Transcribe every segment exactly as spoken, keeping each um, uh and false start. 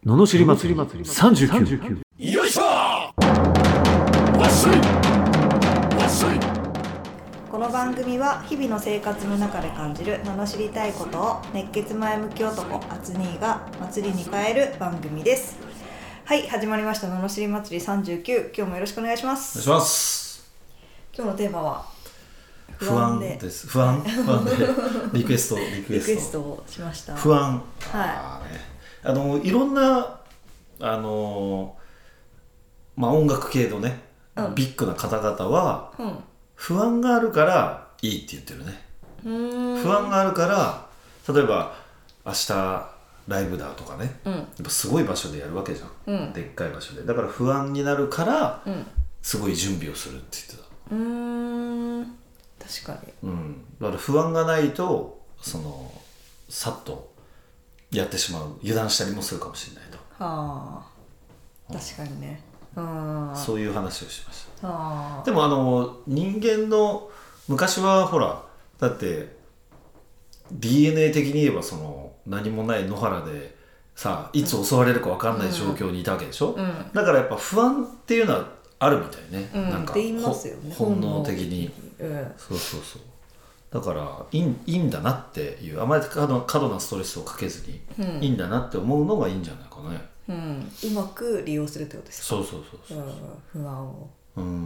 ののしり祭りさんじゅうきゅう。 よいしょわっしょいわっしょい。 この番組は日々の生活の中で感じる罵りたいことを熱血前向き男アツニーが祭りに変える番組です。はい、始まりました罵り祭りさんじゅうきゅう。今日もよろしくお願いします。 お願いします。 今日のテーマは不安でです。不安不安でリクエストリクエストリクエストをしました。 不安、 はい、 ね、あのいろんなあのまあ音楽系のね、うん、ビッグな方々は、うん、不安があるからいいって言ってるね。うーん、不安があるから例えば明日ライブだとかね、うん、やっぱすごい場所でやるわけじゃん、うん、でっかい場所で。だから不安になるから、うん、すごい準備をするって言ってた。 うーん、確かに、 うん、だから不安がないとそのさっとやってしまう、油断したりもするかもしれないと。 はあ、確かにね、うん、 そういう話をしました。はあ、でもあの人間の昔はほらだって ディーエヌエー 的に言えばその何もない野原でさいつ襲われるか分かんない状況にいたわけでしょ、うんうん、だからやっぱ不安っていうのはあるみたいね、うん、なんかって言いますよね、 本能的に、うん、そうそうそう。だからいい、いいんだなっていう、あまり過度、過度なストレスをかけずに、うん、いいんだなって思うのがいいんじゃないかね、 うん、うまく利用するってことですか。 そうそうそうそう、 うん、不安を、うんうん、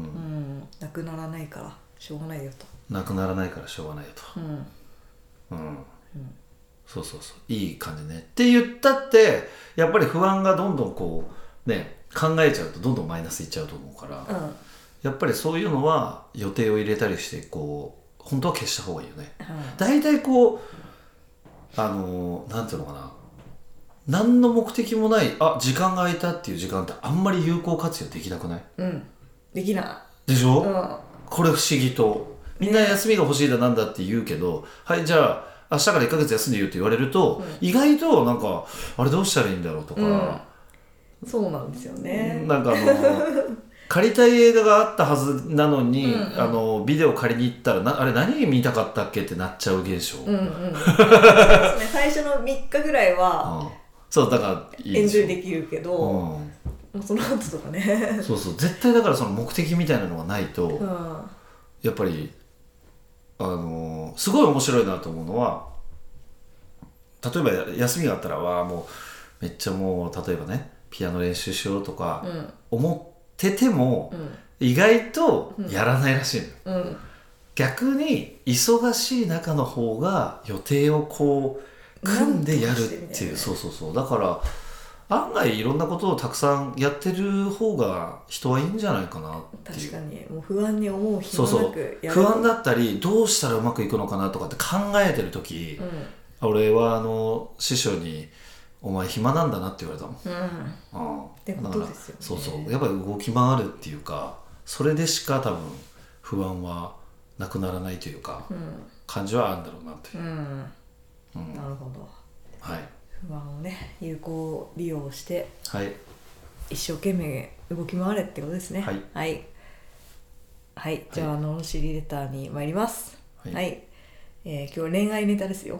なくならないからしょうがないよと。 なくならないからしょうがないよと、うんうんうん、そうそうそう、いい感じねって言ったってやっぱり不安がどんどんこうね考えちゃうとどんどんマイナスいっちゃうと思うから、うん、やっぱりそういうのは予定を入れたりしてこう本当は消した方がいいよね。だいたいこうあのー、なんていうのかな、何の目的もないあ時間が空いたっていう時間ってあんまり有効活用できなくない？ うん、できないでしょ、うん、これ不思議とみんな休みが欲しいだなんだって言うけど、ね、はいじゃあ明日からいっかげつ休んでよって言われると、うん、意外となんかあれどうしたらいいんだろうとか、 うん、そうなんですよね。 なんかあの借りたい映画があったはずなのに、うんうん、あのビデオ借りに行ったらなあれ何見たかったっけってなっちゃう現象、うんうん、そうですね、 最初のみっかぐらいは、うん、 そうだからいいエンジョイできるけど、うん、その後とかねそうそう、絶対だからその目的みたいなのがないと、うん、やっぱりあのー、すごい面白いなと思うのは、例えば休みがあったらわーもうめっちゃもう例えばねピアノ練習しようとか思ってても、うん、意外とやらないらしいの、うん、逆に忙しい中の方が予定をこう組んでやるっていう、ね、そうそうそう、だから案外いろんなことをたくさんやってる方が人はいいんじゃないかなっていう。 確かにもう不安に思う暇なくやる。そうそう、 不安だったりどうしたらうまくいくのかなとかって考えてる時、うん、俺はあの師匠にお前暇なんだなって言われたもん、うん、 ってことですよね。 そうそう、やっぱり動き回るっていうかそれでしか多分不安はなくならないというか、うん、感じはあるんだろうなっていう、うんうん、なるほど。 はい、 不安をね有効利用して、 はい、 一生懸命動き回れってことですね。 はいはいはい、じゃあ、はい、ののしりレターに参ります。はい、はい、えー、今日は恋愛ネタですよ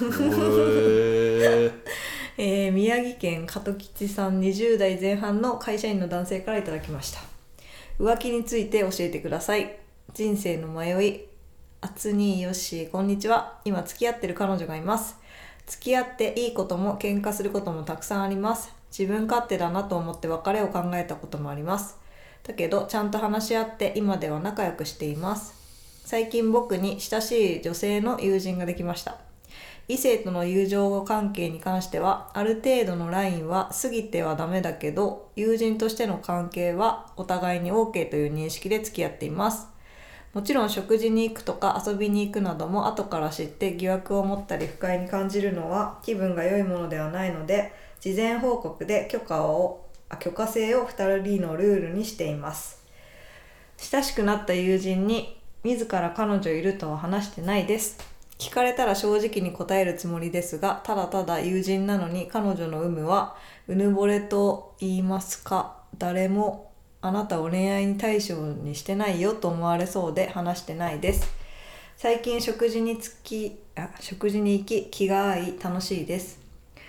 えー、宮城県加藤吉さんにじゅうだいぜん半の会社員の男性からいただきました。浮気について教えてください。人生の迷い。あつにーよっしーこんにちは。今付き合ってる彼女がいます。付き合っていいことも喧嘩することもたくさんあります。自分勝手だなと思って別れを考えたこともあります。だけどちゃんと話し合って今では仲良くしています。最近僕に親しい女性の友人ができました。異性との友情関係に関してはある程度のラインは過ぎてはダメだけど、友人としての関係はお互いに OK という認識で付き合っています。もちろん食事に行くとか遊びに行くなども後から知って疑惑を持ったり不快に感じるのは気分が良いものではないので、事前報告で許可をあ許可制をふたりのルールにしています。親しくなった友人に自ら彼女いるとは話してないです。聞かれたら正直に答えるつもりですが、ただただ友人なのに彼女の有無はうぬぼれと言いますか、誰もあなたを恋愛に対象にしてないよと思われそうで話してないです。最近食事につきあ食事に行き気が合い楽しいです。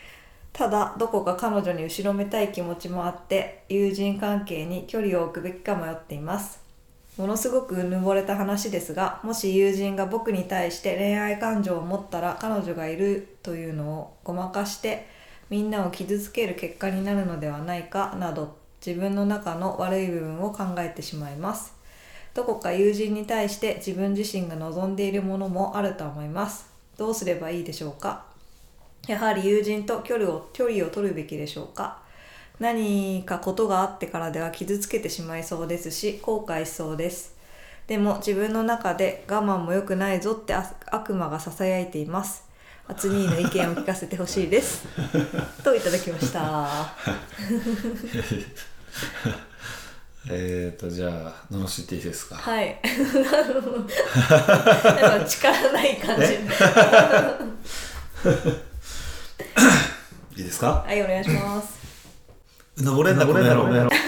ただどこか彼女に後ろめたい気持ちもあって友人関係に距離を置くべきか迷っています。ものすごくうぬぼれた話ですが、もし友人が僕に対して恋愛感情を持ったら彼女がいるというのをごまかしてみんなを傷つける結果になるのではないかなど自分の中の悪い部分を考えてしまいます。どこか友人に対して自分自身が望んでいるものもあると思います。どうすればいいでしょうか。やはり友人と距離を、距離を取るべきでしょうか。何かことがあってからでは傷つけてしまいそうですし後悔しそうです。でも自分の中で我慢も良くないぞって悪魔がささやいています。あつにーの意見を聞かせてほしいですといただきましたえーとじゃあ罵っていいですか。 はい力ない感じいいですか。 はい、お願いします。 うぬぼれんなこの野郎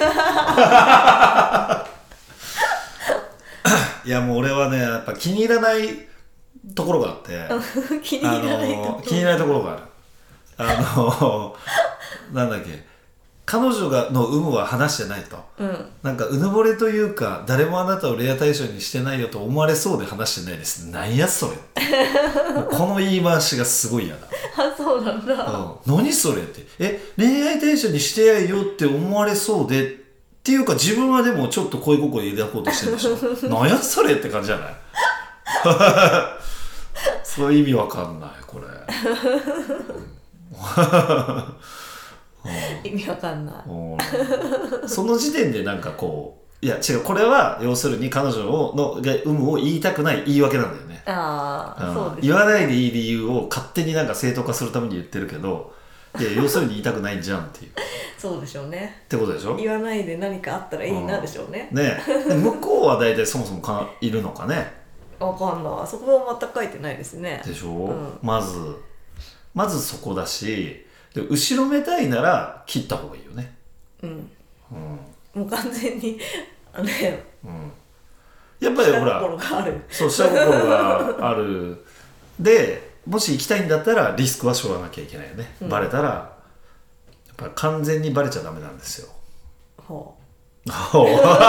いやもう俺はねやっぱ気に入らないところがあって気に入らないところ、 あの気に入らないところがある。あのなんだっけ、彼女がの有無は話してないと、うん、なんかうぬぼれというか誰もあなたを恋愛対象にしてないよと思われそうで話してないです。なんやそれこの言い回しがすごい嫌だあ、そうなんだ、 うん、何それってえ恋愛対象にしてやいよって思われそうでっていうか自分はでもちょっと恋心抱こうとしてるでしょなんやそれって感じじゃないそういう意味わかんないこれ意味わかんないその時点でなんかこういや違うこれは要するに彼女をの有無を言いたくない言い訳なんだよね。 ああ、そうですね。 言わないでいい理由を勝手になんか正当化するために言ってるけどいや要するに言いたくないんじゃんっていうそうでしょうねってことでしょ。 言わないで何かあったらいいなでしょうね。 ねえ向こうは大体そもそもかいるのかね。 わかんない。そこは全く書いてないですね。 でしょ、 うん、 まずまずそこだしで後ろめたいなら切った方がいいよね。うん、うん、 もう完全にあのね、 うん、やっぱりほら下心があるそう下心があるでもし行きたいんだったらリスクは背負わなきゃいけないよね、うん、バレたらやっぱり完全にバレちゃダメなんですよ。ほう完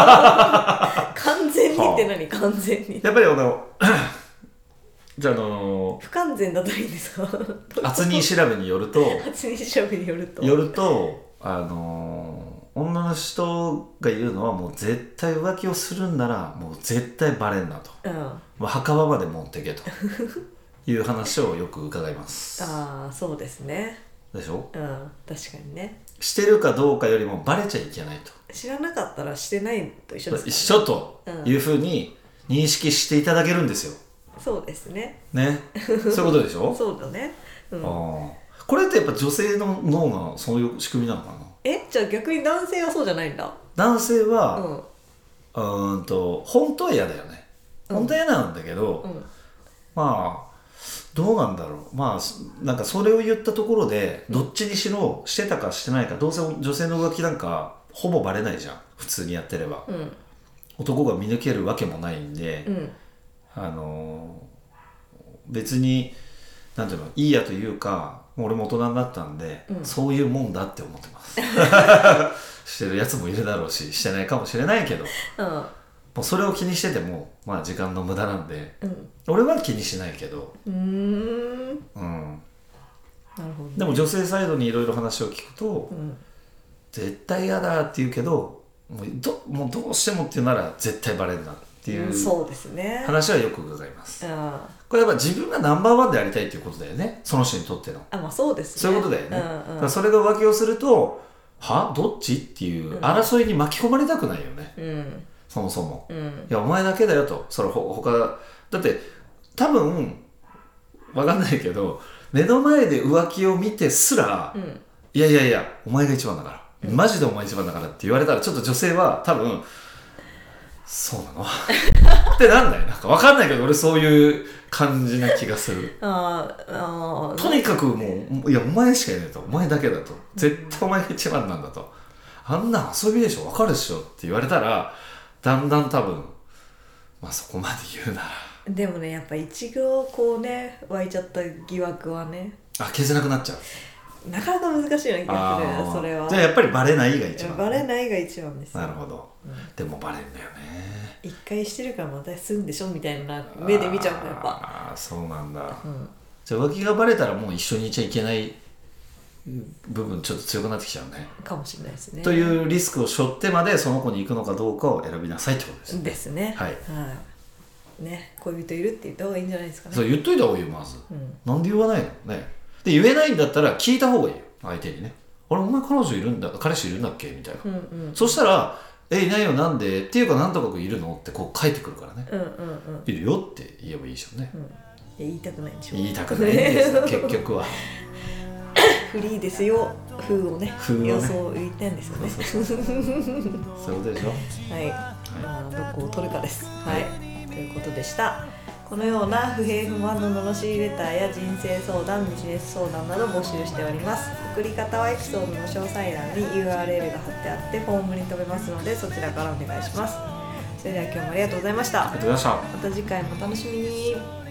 全にって何完全にやっぱりあのじゃあ、あのー、 不完全だといいんですか厚に調べによると厚に調べによるとよるとあのー、女の人が言うのはもう絶対浮気をするんならもう絶対バレんなと、うん、もう墓場まで持ってけという話をよく伺いますああそうですねでしょ、 うん、確かにねしてるかどうかよりもバレちゃいけないと知らなかったらしてないと一緒ですか、ね、 一緒というふうに認識していただけるんですよ。 そうですね。 ね、そういうことでしょそうだね、うん、 あこれってやっぱ女性の脳がそういう仕組みなのかな。 えじゃあ逆に男性はそうじゃないんだ。 男性は、うん、うーんと本当は嫌だよね、うん、本当は嫌なんだけど、うん、まあどうなんだろうまあなんかそれを言ったところでどっちにしろしてたかしてないかどうせ女性の浮気なんかほぼバレないじゃん普通にやってれば、うん、男が見抜けるわけもないんで、うん、あのー、別になんていうのいいやというか俺も大人になったんで、うん、そういうもんだって思ってますしてるやつもいるだろうししてないかもしれないけど、うん、もうそれを気にしててもまあ時間の無駄なんで、うん、俺は気にしないけどうーん、うん、なるほどね、でも女性サイドにいろいろ話を聞くと、うん、絶対嫌だって言うけどもう ど, もうどうしてもっていうなら絶対バレるなっていう話はよく伺います、うん、これやっぱ自分がナンバーワンでありたいっていうことだよねその人にとっての。 あ、まあ、そうですね。 そういうことだよね、うんうん、だからそれが浮気をするとはどっちっていう争いに巻き込まれたくないよね、うん、そもそも、うん、いやお前だけだよとそれほ他だって多分分かんないけど目の前で浮気を見てすら、うん、いやいやいやお前が一番だから、うん、マジでお前一番だからって言われたらちょっと女性は多分そうなのってなんだよなんか分かんないけど俺そういう感じな気がするああとにかくもういやお前しかいないとお前だけだと絶対お前が一番なんだとあんな遊びでしょ分かるでしょって言われたらだんだん多分まあそこまで言うならでもねやっぱ一度こうね湧いちゃった疑惑はねあ消せなくなっちゃうなかなか難しいような気がするそれは。 じゃあやっぱりバレないが一番。 バレないが一番ですよ。 なるほど、うん、でもバレんだよね。 一回してるからまたするんでしょみたいな目で見ちゃうからやっぱ。 ああそうなんだ、 うん、 じゃあ浮気がバレたらもう一緒にいちゃいけない部分ちょっと強くなってきちゃうね。 かもしれないですね。 というリスクを背負ってまでその子に行くのかどうかを選びなさいってことですね。 ですね。 はい、 はいね、恋人いるって言った方がいいんじゃないですかね。 そう言っといた方がいいよまず、 うん、 なんで言わないのね。で言えないんだったら聞いた方がいいよ相手にね。あれお前彼女いるんだ彼氏いるんだっけみたいな、 うんうんうん、 そしたらえいないよなんでっていうかなんとかくんいるのってこう書いてくるからね、 うんうんうん、 いるよって言えばいいでしょうね、 うん、言いたくないんでしょ。 言いたくないんです結局はフリーですよ風をね、 風をね予想言ってんですよね。 そうそうそうそういうことでしょ。 はい、まあ、どこを取るかです。はい、はい、ということでした。このような不平不満の罵りレターや人生相談、ビジネス相談など募集しております。送り方はエピソードの詳細欄に ユーアールエル が貼ってあってフォームに飛べますのでそちらからお願いします。それでは今日もありがとうございました。 ありがとうございました。 また次回もお楽しみに。